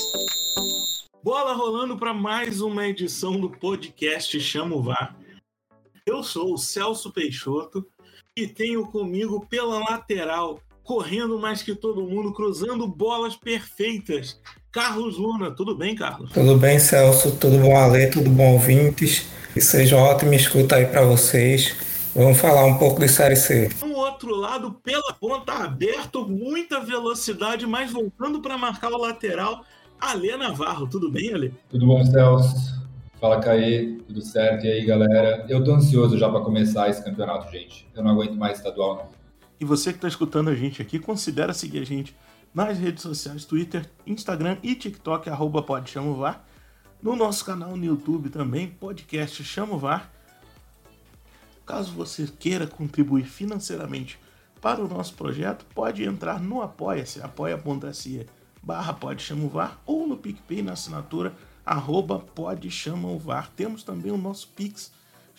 Bola rolando para mais uma edição do podcast Chama o VAR. Eu sou o Celso Peixoto e tenho comigo pela lateral, correndo mais que todo mundo, cruzando bolas perfeitas, Carlos Luna. Tudo bem, Carlos? Tudo bem, Celso? Tudo bom, Ale? Tudo bom, ouvintes? Que seja uma ótima escuta aí para vocês. Vamos falar um pouco de Série C. Do outro lado, pela ponta aberto, muita velocidade, mas voltando para marcar o lateral, Ale Navarro. Tudo bem, Ale? Tudo bom, Celso? Fala, Caí. Tudo certo? E aí, galera? Eu tô ansioso já para começar esse campeonato, gente. Eu não aguento mais estadual, não. E você que está escutando a gente aqui, considera seguir a gente nas redes sociais, Twitter, Instagram e TikTok, @podchamovar. No nosso canal no YouTube também, podcast Chama o VAR. Caso você queira contribuir financeiramente para o nosso projeto, pode entrar no Apoia-se, apoia.se/podchamovar ou no PicPay na assinatura @podchamovar. Temos também o nosso Pix,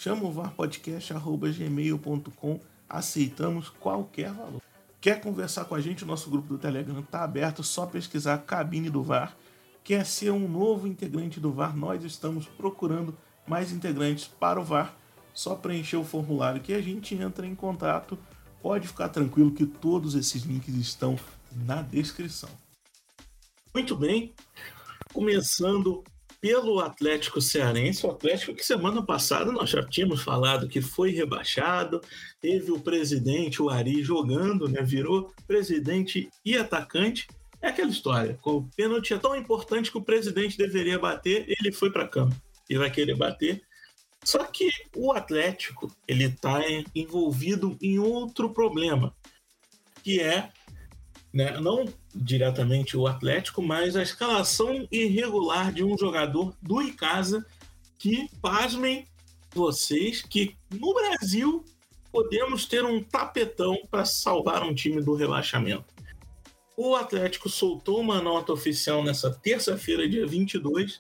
chamovarpodcast@gmail.com. Aceitamos qualquer valor. Quer conversar com a gente? O nosso grupo do Telegram está aberto, só pesquisar Cabine do VAR. Quer ser um novo integrante do VAR? Nós estamos procurando mais integrantes para o VAR. Só preencher o formulário que a gente entra em contato. Pode ficar tranquilo que todos esses links estão na descrição. Muito bem, começando pelo Atlético Cearense, o Atlético que semana passada nós já tínhamos falado que foi rebaixado, teve o presidente, o Ari, jogando, né? Virou presidente e atacante. É aquela história, o pênalti é tão importante que o presidente deveria bater, ele foi para campo e vai querer bater. Só que o Atlético ele está envolvido em outro problema, que é, né, não diretamente o Atlético, mas a escalação irregular de um jogador do Icasa que, pasmem vocês, que no Brasil podemos ter um tapetão para salvar um time do rebaixamento. O Atlético soltou uma nota oficial nessa terça-feira, dia 22,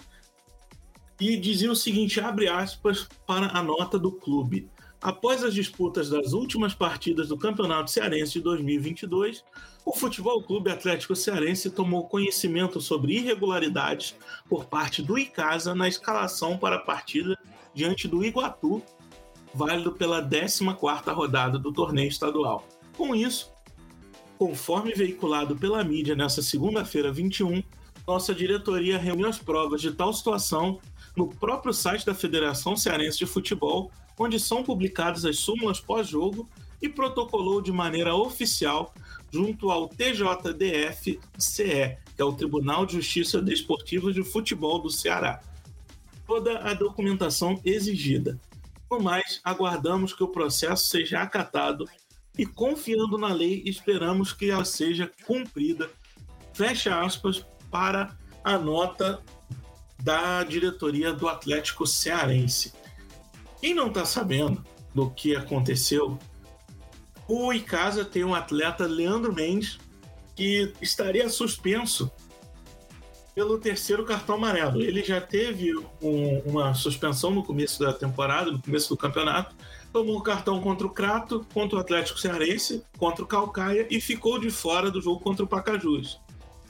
e dizia o seguinte, abre aspas, para a nota do clube. Após as disputas das últimas partidas do Campeonato Cearense de 2022, o Futebol Clube Atlético Cearense tomou conhecimento sobre irregularidades por parte do Icasa na escalação para a partida diante do Iguatu, válido pela 14ª rodada do torneio estadual. Com isso, conforme veiculado pela mídia nesta segunda-feira 21, nossa diretoria reuniu as provas de tal situação no próprio site da Federação Cearense de Futebol, onde são publicadas as súmulas pós-jogo, e protocolou de maneira oficial junto ao TJDF-CE, que é o Tribunal de Justiça Desportiva de Futebol do Ceará, toda a documentação exigida. No mais, aguardamos que o processo seja acatado e, confiando na lei, esperamos que ela seja cumprida. Fecha aspas para a nota da diretoria do Atlético Cearense. Quem não está sabendo do que aconteceu, o Icasa tem um atleta, Leandro Mendes, que estaria suspenso pelo 3º cartão amarelo. Ele já teve uma suspensão no começo da temporada, no começo do campeonato, tomou um cartão contra o Crato, contra o Atlético Cearense, contra o Caucaia e ficou de fora do jogo contra o Pacajus.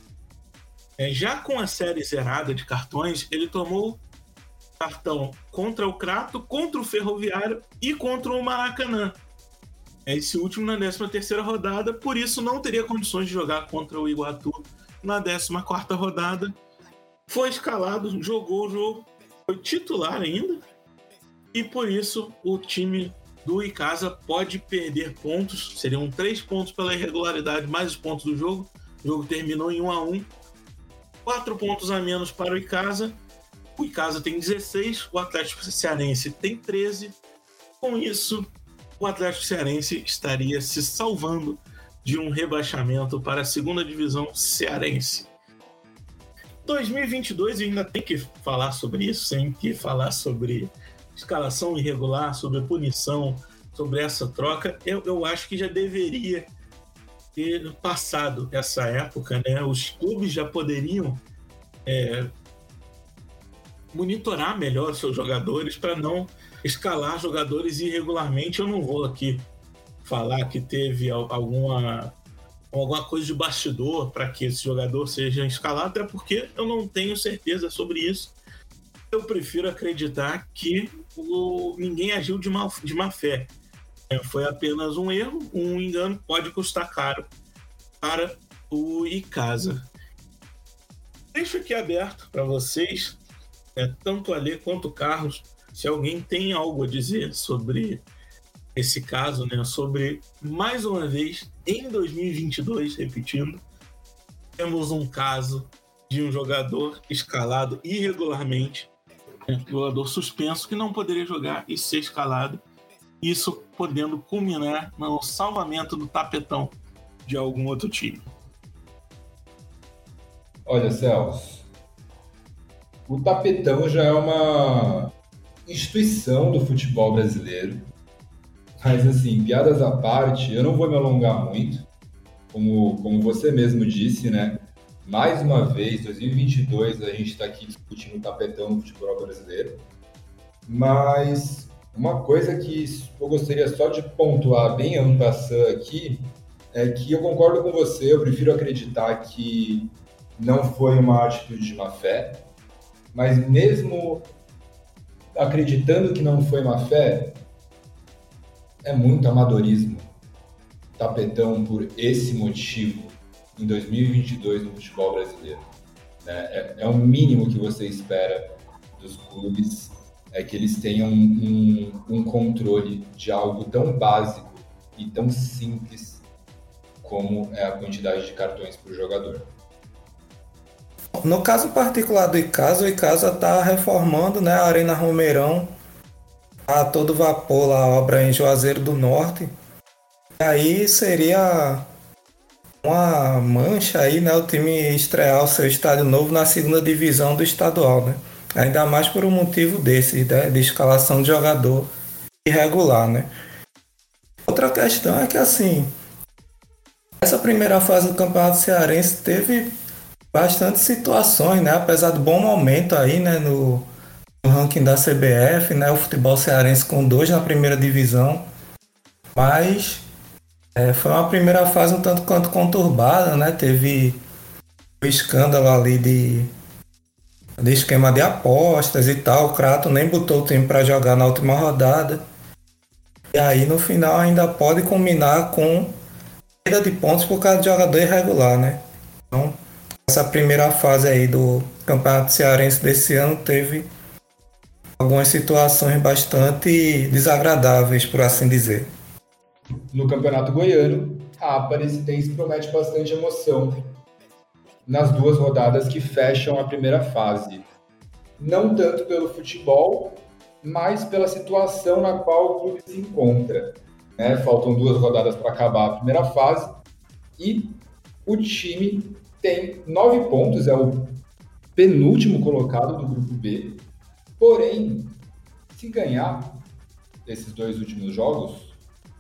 Já com a série zerada de cartões, ele tomou cartão contra o Crato, contra o Ferroviário e contra o Maracanã. Esse último na 13ª rodada, por isso não teria condições de jogar contra o Iguatu na 14ª rodada. Foi escalado, jogou o jogo, foi titular ainda, e por isso o time do Icasa pode perder pontos. Seriam 3 pontos pela irregularidade, mais os pontos do jogo. O jogo terminou em 1-1. 4 pontos a menos para o Icasa. O Icasa tem 16, o Atlético Cearense tem 13. Com isso, o Atlético Cearense estaria se salvando de um rebaixamento para a 2ª divisão cearense. 2022 ainda tem que falar sobre isso, tem que falar sobre escalação irregular, sobre punição, sobre essa troca. Eu acho que já deveria ter passado essa época, né? Os clubes já poderiam monitorar melhor seus jogadores para não escalar jogadores irregularmente. Eu não vou aqui falar que teve alguma alguma coisa de bastidor para que esse jogador seja escalado, até porque eu não tenho certeza sobre isso. Eu prefiro acreditar que ninguém agiu de má fé. Foi apenas um erro, um engano, pode custar caro para o Icasa. Deixo aqui aberto para vocês, tanto a Lê quanto o Carlos, se alguém tem algo a dizer sobre esse caso, né? Sobre, mais uma vez, em 2022, repetindo, temos um caso de um jogador escalado irregularmente, um jogador suspenso que não poderia jogar e ser escalado, isso podendo culminar no salvamento do tapetão de algum outro time. Olha, Celso, o tapetão já é uma instituição do futebol brasileiro, mas assim, piadas à parte, eu não vou me alongar muito, como você mesmo disse, né? Mais uma vez, 2022, a gente está aqui discutindo o tapetão no futebol brasileiro, mas uma coisa que eu gostaria só de pontuar bem en passant aqui é que eu concordo com você, eu prefiro acreditar que não foi uma atitude de má fé, mas mesmo acreditando que não foi má fé, é muito amadorismo. Tapetão por esse motivo em 2022 no futebol brasileiro. É o mínimo que você espera dos clubes, é que eles tenham um controle de algo tão básico e tão simples como é a quantidade de cartões por jogador. No caso particular do Icasa, o Icasa está reformando, né, a Arena Romeirão a todo vapor, lá, a obra em Juazeiro do Norte. E aí seria uma mancha aí, né, o time estrear o seu estádio novo na segunda divisão do estadual, né? Ainda mais por um motivo desse, né, de escalação de jogador irregular, né? Outra questão é que, assim, essa primeira fase do Campeonato Cearense teve bastante situações, né? Apesar do bom momento aí, né, no ranking da CBF, né, o futebol cearense com 2 na primeira divisão, mas foi uma primeira fase um tanto quanto conturbada, né? Teve o escândalo ali de esquema de apostas e tal. O Crato nem botou o time para jogar na última rodada, e aí no final ainda pode combinar com perda de pontos por causa de jogador irregular, né? Então, essa primeira fase aí do Campeonato Cearense desse ano teve algumas situações bastante desagradáveis, por assim dizer. No Campeonato Goiano, a Aparecidense promete bastante emoção nas 2 rodadas que fecham a primeira fase. Não tanto pelo futebol, mas pela situação na qual o clube se encontra. Faltam 2 rodadas para acabar a primeira fase e o time tem 9 pontos, é o penúltimo colocado do grupo B. Porém, se ganhar esses 2 últimos jogos,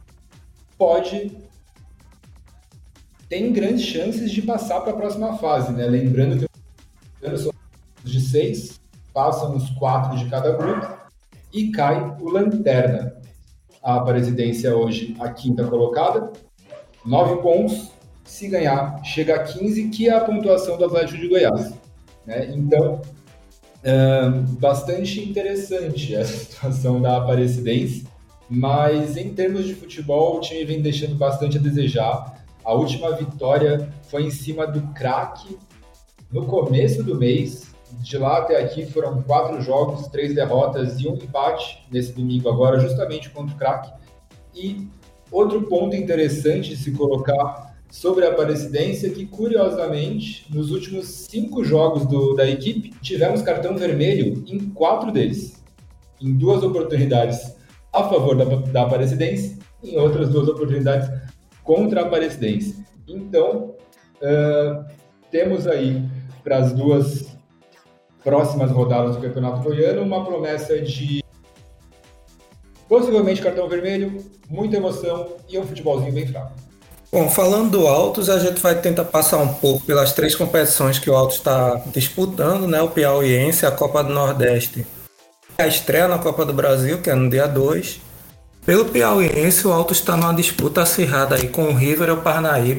tem grandes chances de passar para a próxima fase, né? Lembrando que são de 6, passam os 4 de cada grupo e cai o Lanterna. A Aparecidense é hoje a 5ª colocada, 9 pontos. Se ganhar, chega a 15, que é a pontuação do Atlético de Goiás, né? Então, bastante interessante a situação da Aparecidense, mas em termos de futebol, o time vem deixando bastante a desejar. A última vitória foi em cima do Crack no começo do mês. De lá até aqui foram 4 jogos, 3 derrotas e 1 empate nesse domingo agora, justamente contra o Crack. E outro ponto interessante de se colocar sobre a Aparecidense é que, curiosamente, nos últimos 5 jogos da equipe, tivemos cartão vermelho em 4 deles. Em 2 oportunidades a favor da Aparecidense, em outras 2 oportunidades contra a Aparecidense. Então, temos aí, para as 2 próximas rodadas do Campeonato Goiano, uma promessa de possivelmente cartão vermelho, muita emoção e um futebolzinho bem fraco. Bom, falando do Altos, a gente vai tentar passar um pouco pelas 3 competições que o Altos está disputando, né? O Piauiense, a Copa do Nordeste, a estreia na Copa do Brasil, que é no dia 2. Pelo Piauiense, o Altos está numa disputa acirrada aí com o River e o Parnaíba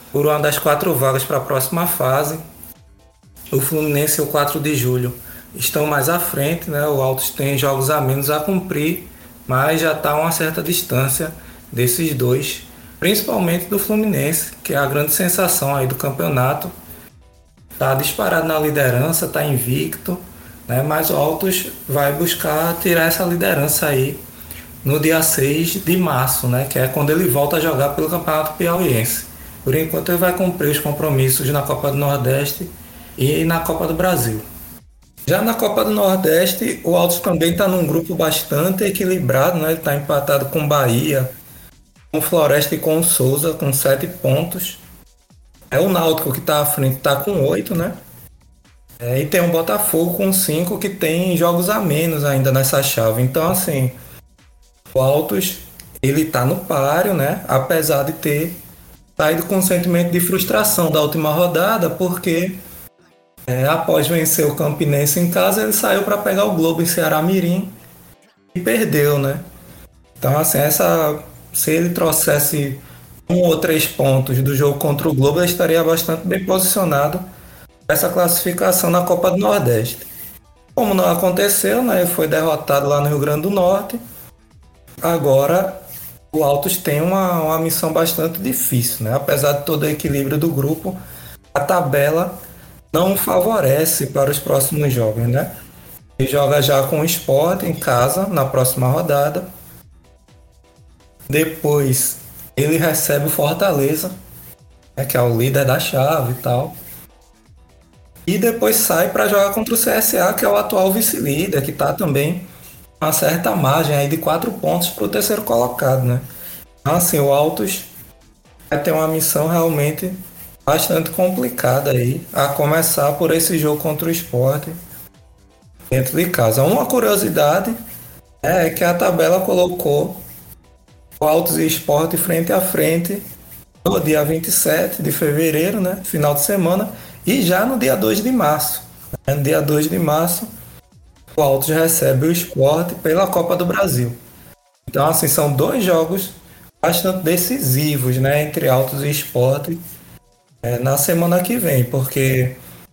por uma das 4 vagas para a próxima fase. O Fluminense e o 4 de julho estão mais à frente, né? O Altos tem jogos a menos a cumprir, mas já está a uma certa distância desses dois, principalmente do Fluminense, que é a grande sensação aí do campeonato. Está disparado na liderança, está invicto, né? Mas o Altos vai buscar tirar essa liderança aí no dia 6 de março, né? Que é quando ele volta a jogar pelo Campeonato Piauiense. Por enquanto ele vai cumprir os compromissos na Copa do Nordeste e na Copa do Brasil. Já na Copa do Nordeste, o Altos também está num grupo bastante equilibrado, né? Ele está empatado com o Bahia, com o Floresta e com o Souza, com 7 pontos. É o Náutico que está à frente, está com 8, né? E tem o Botafogo com 5, que tem jogos a menos ainda nessa chave. Então, assim, o Altos, ele está no páreo, né? Apesar de ter saído com um sentimento de frustração da última rodada, porque após vencer o Campinense em casa, ele saiu para pegar o Globo em Ceará-Mirim e perdeu, né? Então, assim, se ele trouxesse 1 ou 3 pontos do jogo contra o Globo, ele estaria bastante bem posicionado para essa classificação na Copa do Nordeste. Como não aconteceu, né? Ele foi derrotado lá no Rio Grande do Norte. Agora, o Altos tem uma missão bastante difícil, né? Apesar de todo o equilíbrio do grupo, a tabela não favorece para os próximos jogos, né? Ele joga já com o Sport em casa na próxima rodada. Depois ele recebe o Fortaleza, né, que é o líder da chave e tal. E depois sai para jogar contra o CSA, que é o atual vice-líder, que está também uma certa margem aí de 4 pontos para o terceiro colocado, né? Então, assim, o Altos vai ter uma missão realmente bastante complicada aí, a começar por esse jogo contra o Sport dentro de casa. Uma curiosidade é que a tabela colocou o Altos e Sport frente a frente no dia 27 de fevereiro, né, final de semana, e já no dia 2 de março. No dia 2 de março, o Altos recebe o Sport pela Copa do Brasil. Então, assim, são 2 jogos bastante decisivos, né, entre Altos e Sport na semana que vem, porque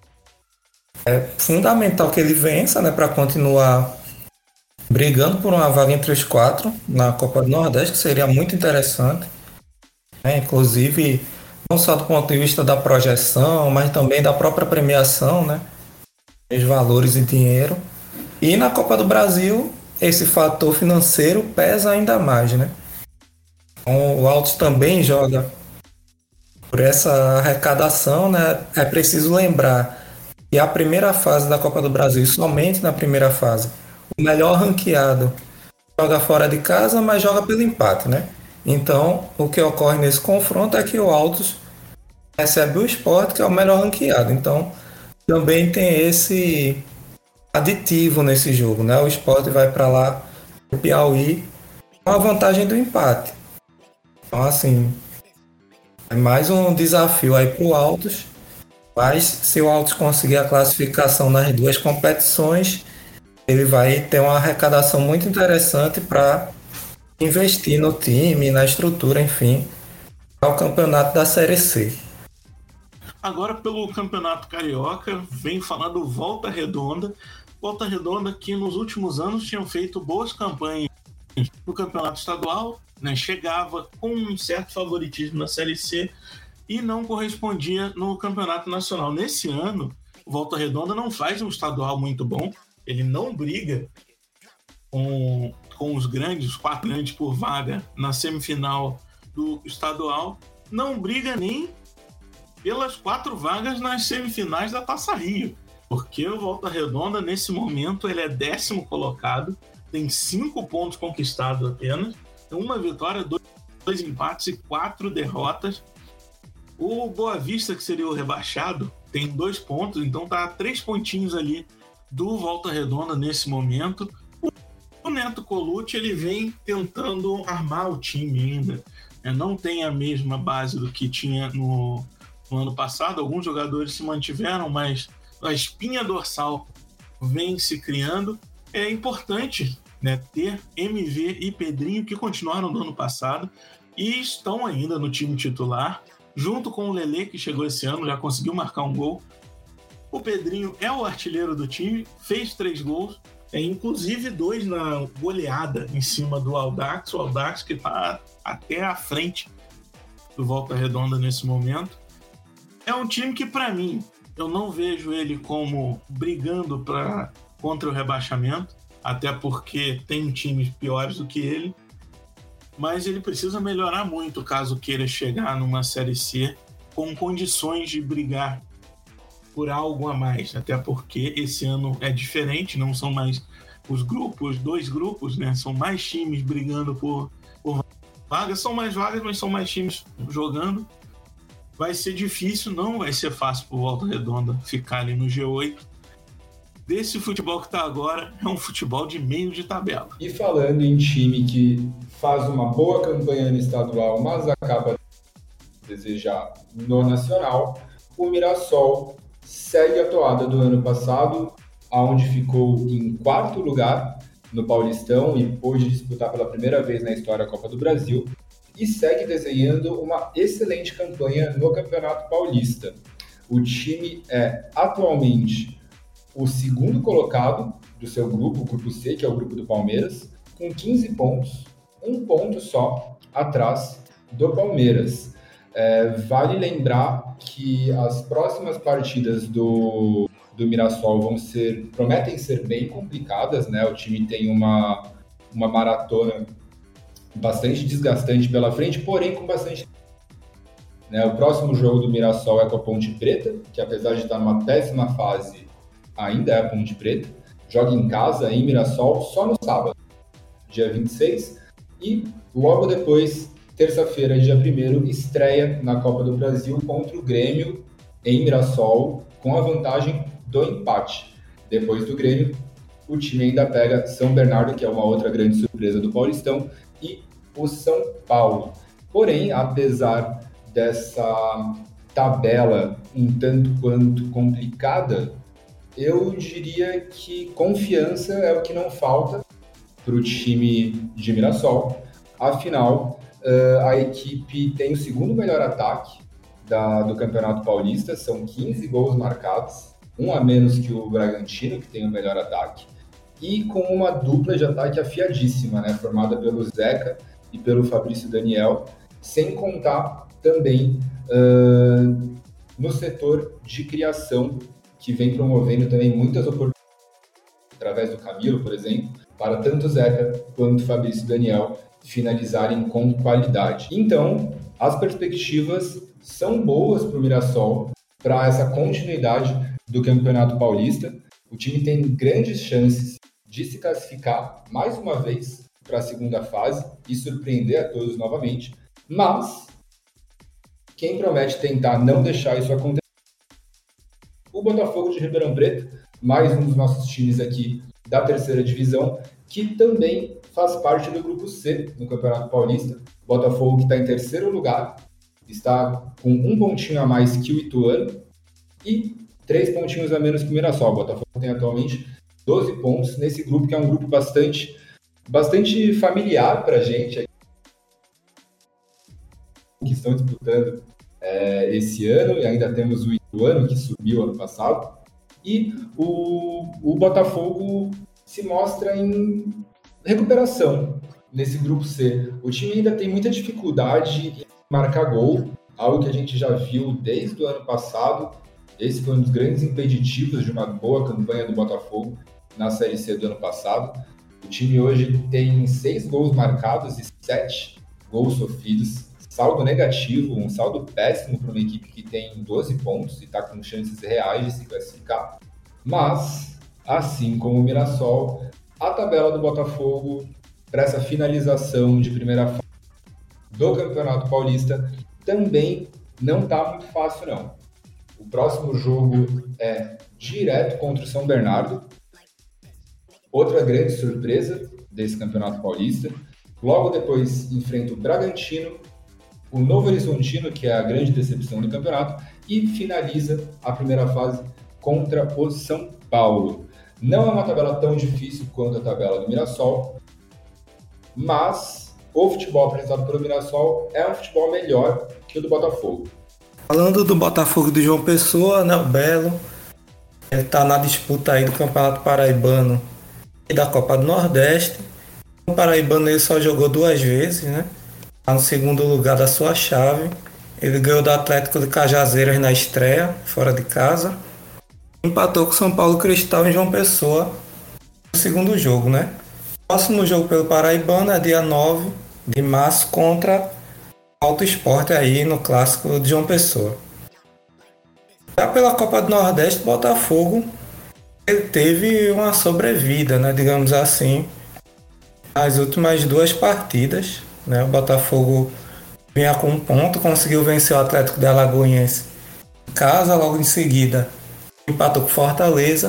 é fundamental que ele vença, né, para continuar brigando por uma vaga entre os 4 na Copa do Nordeste, que seria muito interessante, né, inclusive não só do ponto de vista da projeção, mas também da própria premiação, né, os valores e dinheiro. E na Copa do Brasil, esse fator financeiro pesa ainda mais, né? Então, o Altos também joga por essa arrecadação, né? É preciso lembrar que a primeira fase da Copa do Brasil, somente na primeira fase, o melhor ranqueado joga fora de casa, mas joga pelo empate, né? Então, o que ocorre nesse confronto é que o Altos recebe o Sport, que é o melhor ranqueado. Então, também tem esse aditivo nesse jogo, né? O Sport vai para lá, o Piauí, com a vantagem do empate. Então, assim, é mais um desafio aí para o Altos, mas se o Altos conseguir a classificação nas 2 competições, ele vai ter uma arrecadação muito interessante para investir no time, na estrutura, enfim, para o campeonato da Série C. Agora, pelo Campeonato Carioca, vem falar do Volta Redonda. Volta Redonda que nos últimos anos tinham feito boas campanhas no Campeonato Estadual, né? Chegava com um certo favoritismo na Série C e não correspondia no Campeonato Nacional. Nesse ano, o Volta Redonda não faz um estadual muito bom, ele não briga com os grandes, os 4 grandes por vaga na semifinal do estadual, não briga nem pelas 4 vagas nas semifinais da Taça Rio, porque o Volta Redonda, nesse momento, ele é 10º colocado, tem 5 pontos conquistados apenas, 1 vitória, 2 empates e 4 derrotas. O Boa Vista, que seria o rebaixado, tem 2 pontos, então tá a 3 pontinhos ali do Volta Redonda nesse momento. O Neto Colucci, ele vem tentando armar o time ainda, não tem a mesma base do que tinha no ano passado, alguns jogadores se mantiveram, mas a espinha dorsal vem se criando. É importante, né, ter MV e Pedrinho, que continuaram no ano passado e estão ainda no time titular. junto com o Lelê, que chegou esse ano, já conseguiu marcar um gol. O Pedrinho é o artilheiro do time, fez 3 gols, inclusive 2 na goleada em cima do Audax, o Audax que está até à frente do Volta Redonda nesse momento. É um time que, para mim, eu não vejo ele como brigando contra o rebaixamento, até porque tem times piores do que ele, mas ele precisa melhorar muito caso queira chegar numa Série C com condições de brigar por algo a mais, até porque esse ano é diferente, não são mais os 2 grupos, né? São mais times brigando por vagas, são mais vagas, mas são mais times jogando. Vai ser difícil, não vai ser fácil pro Volta Redonda ficar ali no G8. Desse futebol que está agora, é um futebol de meio de tabela. E falando em time que faz uma boa campanha no estadual, mas acaba de desejar no nacional, o Mirassol segue a toada do ano passado, onde ficou em 4º lugar no Paulistão e pôde disputar pela primeira vez na história a Copa do Brasil, e segue desenhando uma excelente campanha no Campeonato Paulista. O time é atualmente o 2º colocado do seu grupo, o Grupo C, que é o grupo do Palmeiras, com 15 pontos, 1 ponto só atrás do Palmeiras. Vale lembrar que as próximas partidas do Mirassol prometem ser bem complicadas, né? O time tem uma maratona bastante desgastante pela frente, porém com bastante... O próximo jogo do Mirassol é com a Ponte Preta, que apesar de estar numa péssima fase, ainda é a Ponte Preta. Joga em casa, em Mirassol, só no sábado, dia 26. E logo depois, terça-feira, dia 1º, estreia na Copa do Brasil contra o Grêmio, em Mirassol, com a vantagem do empate. Depois do Grêmio, o time ainda pega São Bernardo, que é uma outra grande surpresa do Paulistão, e o São Paulo. Porém, apesar dessa tabela um tanto quanto complicada, eu diria que confiança é o que não falta para o time de Mirassol. Afinal, a equipe tem o 2º melhor ataque do Campeonato Paulista, são 15 gols marcados, 1 a menos que o Bragantino, que tem o melhor ataque, e com uma dupla de ataque afiadíssima, né, formada pelo Zeca e pelo Fabrício Daniel, sem contar também no setor de criação, que vem promovendo também muitas oportunidades, através do Camilo, por exemplo, para tanto Zeca quanto Fabrício Daniel finalizarem com qualidade. Então, as perspectivas são boas para o Mirassol, para essa continuidade do Campeonato Paulista. O time tem grandes chances de se classificar mais uma vez para a segunda fase e surpreender a todos novamente, mas quem promete tentar não deixar isso acontecer, o Botafogo de Ribeirão Preto, mais um dos nossos times aqui da 3ª divisão, que também faz parte do Grupo C no Campeonato Paulista. Botafogo que está em 3º lugar, está com 1 pontinho a mais que o Ituano e 3 pontinhos a menos que o Mirassol. O Botafogo tem atualmente 12 pontos nesse grupo, que é um grupo bastante familiar para a gente, que estão disputando esse ano, e ainda temos o Ituano, que subiu ano passado, e o Botafogo se mostra em recuperação nesse grupo C. O time ainda tem muita dificuldade em marcar gol, algo que a gente já viu desde o ano passado. Esse foi um dos grandes impeditivos de uma boa campanha do Botafogo na Série C do ano passado. O time hoje tem 6 gols marcados e 7 gols sofridos. Saldo negativo, um saldo péssimo para uma equipe que tem 12 pontos e está com chances reais de se classificar. Mas, assim como o Mirassol, a tabela do Botafogo para essa finalização de primeira fase do Campeonato Paulista também não está muito fácil, não. O próximo jogo é direto contra o São Bernardo, outra grande surpresa desse Campeonato Paulista. Logo depois enfrenta o Bragantino, o Novo Horizontino, que é a grande decepção do campeonato, e finaliza a primeira fase contra o São Paulo. Não é uma tabela tão difícil quanto a tabela do Mirassol, mas o futebol apresentado pelo Mirassol é um futebol melhor que o do Botafogo. Falando do Botafogo de João Pessoa, né, o Belo, ele está na disputa aí do Campeonato Paraibano e da Copa do Nordeste. O Paraibano ele só jogou 2 vezes, né? Está no segundo lugar da sua chave. Ele ganhou do Atlético de Cajazeiras na estreia, fora de casa. Empatou com o São Paulo Cristal em João Pessoa no segundo jogo, né? O próximo jogo pelo Paraibano é dia 9 de março contra Alto Esporte aí no clássico de João Pessoa. Já pela Copa do Nordeste, Botafogo ele teve uma sobrevida, né, digamos assim, nas últimas 2 partidas, né? O Botafogo vinha com 1 ponto, conseguiu vencer o Atlético de Alagoinhas em casa, logo em seguida empatou com Fortaleza.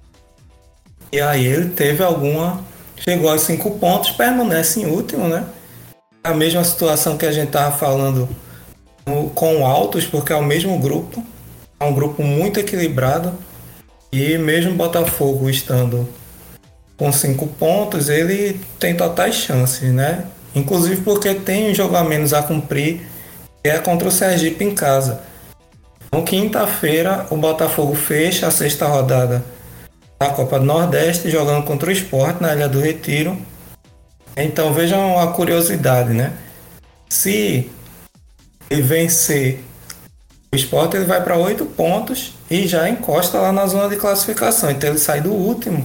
E aí ele teve chegou aos 5 pontos, permanece em último, né? A mesma situação que a gente estava falando com o Altos, porque é o mesmo grupo, é um grupo muito equilibrado, e mesmo Botafogo estando com 5 pontos, ele tem totais chances, né? Inclusive porque tem um jogo a menos a cumprir, que é contra o Sergipe em casa. Então, quinta-feira, o Botafogo fecha a 6ª rodada da Copa do Nordeste, jogando contra o Sport na Ilha do Retiro. Então vejam a curiosidade, né? Se ele vencer o Sport, ele vai para 8 pontos e já encosta lá na zona de classificação. Então ele sai do último,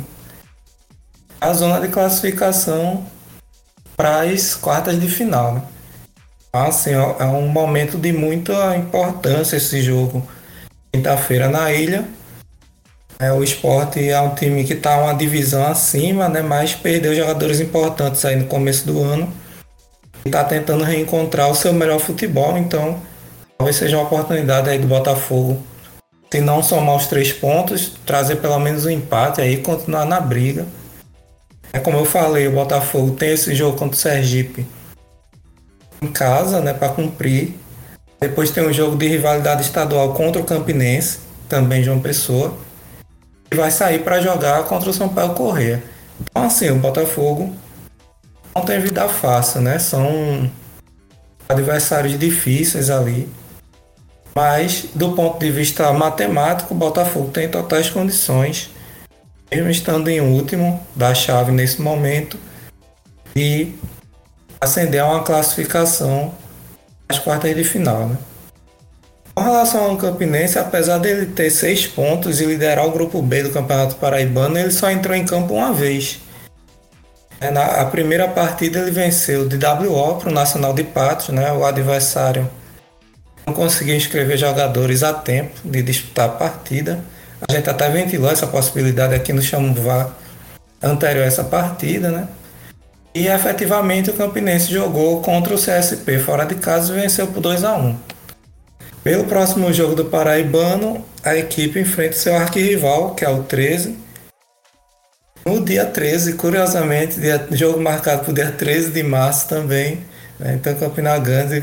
a zona de classificação para as quartas de final, né? Assim, é um momento de muita importância esse jogo. Quinta-feira na Ilha. O Sport é um time que está uma divisão acima, né? Mas perdeu jogadores importantes aí no começo do ano. E está tentando reencontrar o seu melhor futebol. Então, talvez seja uma oportunidade aí do Botafogo, se não somar os 3 pontos, trazer pelo menos um empate aí e continuar na briga. Como eu falei, o Botafogo tem esse jogo contra o Sergipe em casa, né, para cumprir. Depois tem um jogo de rivalidade estadual contra o Campinense, também João Pessoa. E vai sair para jogar contra o Sampaio Corrêa. Então, assim, o Botafogo não tem vida fácil, né? São adversários difíceis ali. Mas, do ponto de vista matemático, o Botafogo tem totais condições, mesmo estando em último da chave nesse momento, de ascender a uma classificação às quartas de final, né? Com relação ao Campinense, apesar dele ter 6 pontos e liderar o grupo B do Campeonato Paraibano, ele só entrou em campo uma vez. Na primeira partida ele venceu de WO para o Nacional de Patos, né? O adversário não conseguiu inscrever jogadores a tempo de disputar a partida. A gente até ventilou essa possibilidade aqui no Chamo VAR anterior a essa partida, né? E efetivamente o Campinense jogou contra o CSP fora de casa e venceu por 2-1. Pelo próximo jogo do Paraibano, a equipe enfrenta seu arquirrival, que é o 13. No dia 13, curiosamente, jogo marcado para o dia 13 de março também, né? Então Campina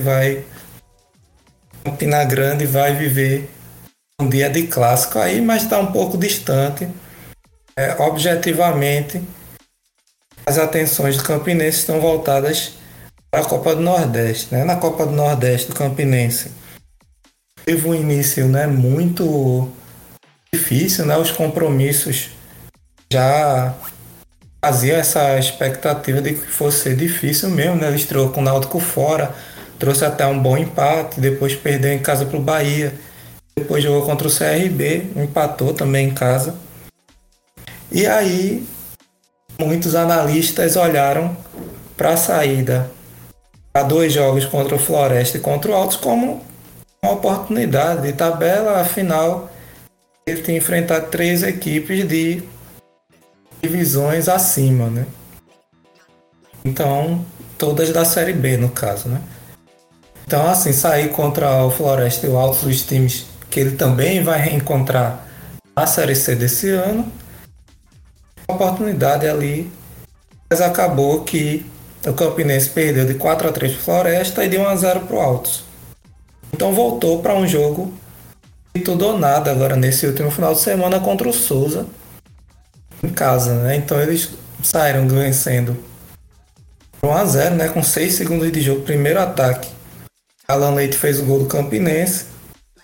Grande vai viver um dia de clássico aí, mas está um pouco distante. Objetivamente, as atenções do Campinense estão voltadas para a Copa do Nordeste, né? Na Copa do Nordeste do Campinense teve um início, né, muito difícil, né? Os compromissos já faziam essa expectativa de que fosse ser difícil mesmo, né? Ele estreou com o Náutico fora, trouxe até um bom empate, depois perdeu em casa para o Bahia, depois jogou contra o CRB, empatou também em casa. E aí muitos analistas olharam para a saída a 2 jogos contra o Floresta e contra o Altos como uma oportunidade de tabela. Afinal, ele tem enfrentado 3 equipes de divisões acima, né? Então, todas da Série B, no caso, né? Então, assim, sair contra o Floresta e o Altos, os times que ele também vai reencontrar na Série C desse ano, uma oportunidade ali, mas acabou que o Campinense perdeu de 4-3 para o Floresta e de 1-0 para o Altos. Então voltou para um jogo de tudo ou nada agora nesse último final de semana contra o Souza em casa, né? Então eles saíram vencendo por 1-0, né? Com 6 segundos de jogo, primeiro ataque. Alan Leite fez o gol do Campinense.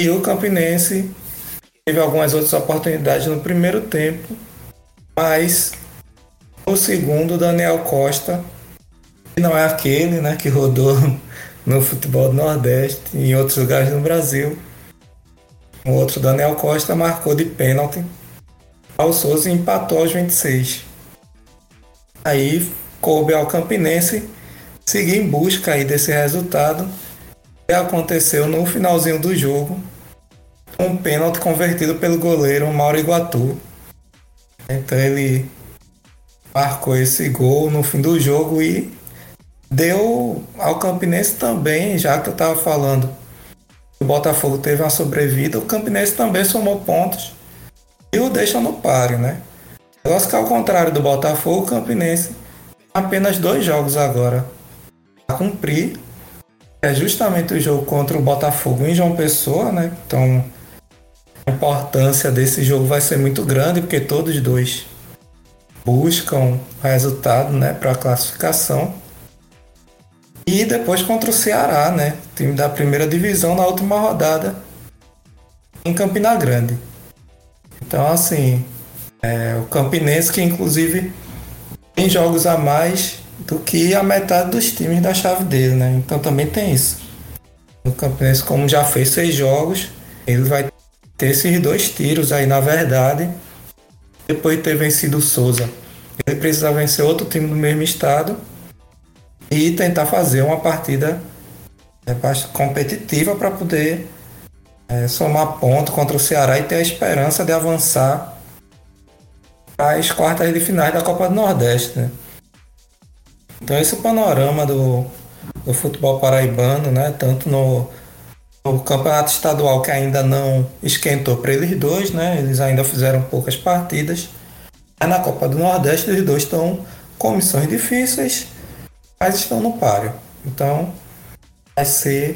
E o Campinense teve algumas outras oportunidades no primeiro tempo, mas no segundo, Daniel Costa, que não é aquele, né, que rodou no futebol do Nordeste e em outros lugares no Brasil. O outro, Daniel Costa, marcou de pênalti ao Souza e empatou aos 26. Aí coube ao Campinense seguir em busca aí desse resultado, que aconteceu no finalzinho do jogo, um pênalti convertido pelo goleiro Mauro Iguatu. Então ele marcou esse gol no fim do jogo e deu ao Campinense também, já que eu estava falando, o Botafogo teve uma sobrevida, o Campinense também somou pontos e o deixa no páreo, né? Negócio que ao contrário do Botafogo, o Campinense tem apenas 2 jogos agora a cumprir. É justamente o jogo contra o Botafogo em João Pessoa, né? Então a importância desse jogo vai ser muito grande, porque todos os dois buscam resultado, né, para a classificação. E depois contra o Ceará, né, time da primeira divisão, na última rodada em Campina Grande. Então, assim, o Campinense, que inclusive tem jogos a mais do que a metade dos times da chave dele, né? Então também tem isso. O Campinense, como já fez 6 jogos, ele vai ter esses 2 tiros aí, na verdade. Depois de ter vencido o Souza, ele precisa vencer outro time do mesmo estado e tentar fazer uma partida bastante competitiva para poder somar ponto contra o Ceará e ter a esperança de avançar para as quartas de finais da Copa do Nordeste, né? Então esse é o panorama do futebol paraibano, né? Tanto no campeonato estadual, que ainda não esquentou para eles dois, né? Eles ainda fizeram poucas partidas. Mas na Copa do Nordeste os dois estão com missões difíceis, mas estão no páreo. Então vai ser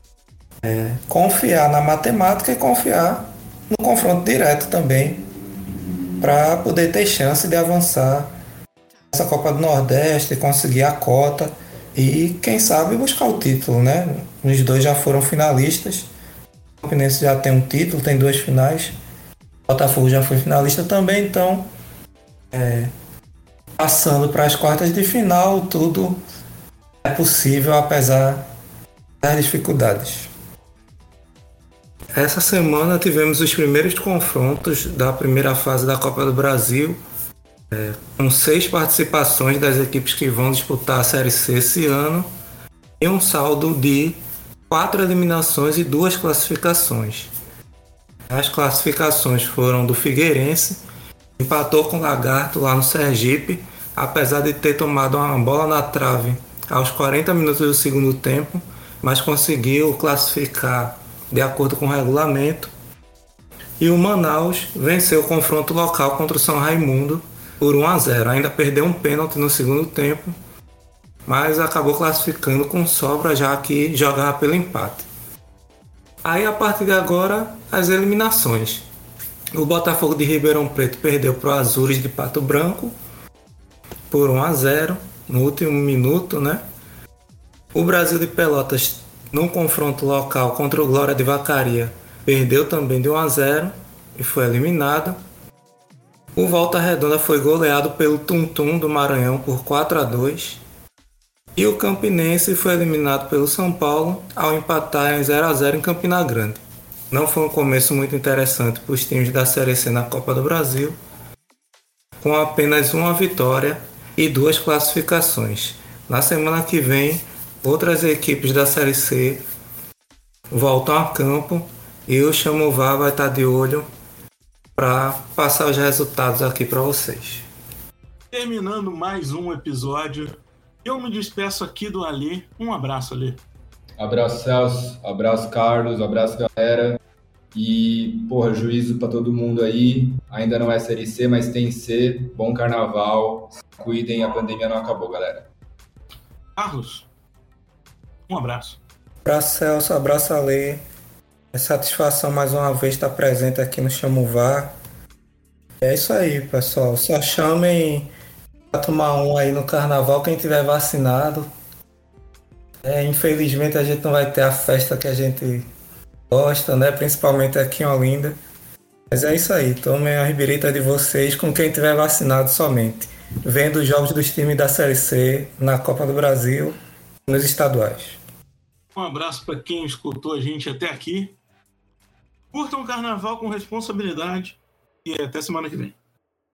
confiar na matemática e confiar no confronto direto também, para poder ter chance de avançar essa Copa do Nordeste, conseguir a cota e, quem sabe, buscar o título, né? Os dois já foram finalistas. O Campinense já tem um título, tem 2 finais. O Botafogo já foi finalista também, então passando para as quartas de final, tudo é possível, apesar das dificuldades. Essa semana tivemos os primeiros confrontos da primeira fase da Copa do Brasil, com 6 participações das equipes que vão disputar a Série C esse ano, e um saldo de 4 eliminações e 2 classificações. As classificações foram do Figueirense, empatou com o Lagarto lá no Sergipe, apesar de ter tomado uma bola na trave aos 40 minutos do segundo tempo, mas conseguiu classificar de acordo com o regulamento. E o Manaus venceu o confronto local contra o São Raimundo por 1-0. Ainda perdeu um pênalti no segundo tempo, mas acabou classificando com sobra, já que jogava pelo empate. Aí, a partir de agora, as eliminações. O Botafogo de Ribeirão Preto perdeu para o Azures de Pato Branco por 1-0 no último minuto, né? O Brasil de Pelotas, num confronto local contra o Glória de Vacaria, perdeu também de 1-0 e foi eliminado. O Volta Redonda foi goleado pelo Tum Tum do Maranhão por 4-2. E o Campinense foi eliminado pelo São Paulo ao empatar em 0-0 em Campina Grande. Não foi um começo muito interessante para os times da Série C na Copa do Brasil, com apenas 1 vitória e 2 classificações. Na semana que vem, outras equipes da Série C voltam a campo e o Chamová vai estar de olho para passar os resultados aqui para vocês. Terminando mais um episódio, eu me despeço aqui do Alê. Um abraço, Alê. Abraço, Celso. Abraço, Carlos. Abraço, galera. E, juízo para todo mundo aí. Ainda não é Série C, mas tem C. Bom carnaval. Se cuidem, a pandemia não acabou, galera. Carlos, um abraço. Abraço, Celso. Abraço, Alê. É satisfação mais uma vez estar presente aqui no Chamová. É isso aí, pessoal. Só chamem para tomar um aí no carnaval quem tiver vacinado. Infelizmente a gente não vai ter a festa que a gente gosta, né? Principalmente aqui em Olinda. Mas é isso aí, tomem a ribirita de vocês com quem tiver vacinado somente. Vendo os jogos dos times da Série C na Copa do Brasil e nos estaduais. Um abraço para quem escutou a gente até aqui. Curtam o carnaval com responsabilidade e até semana que vem.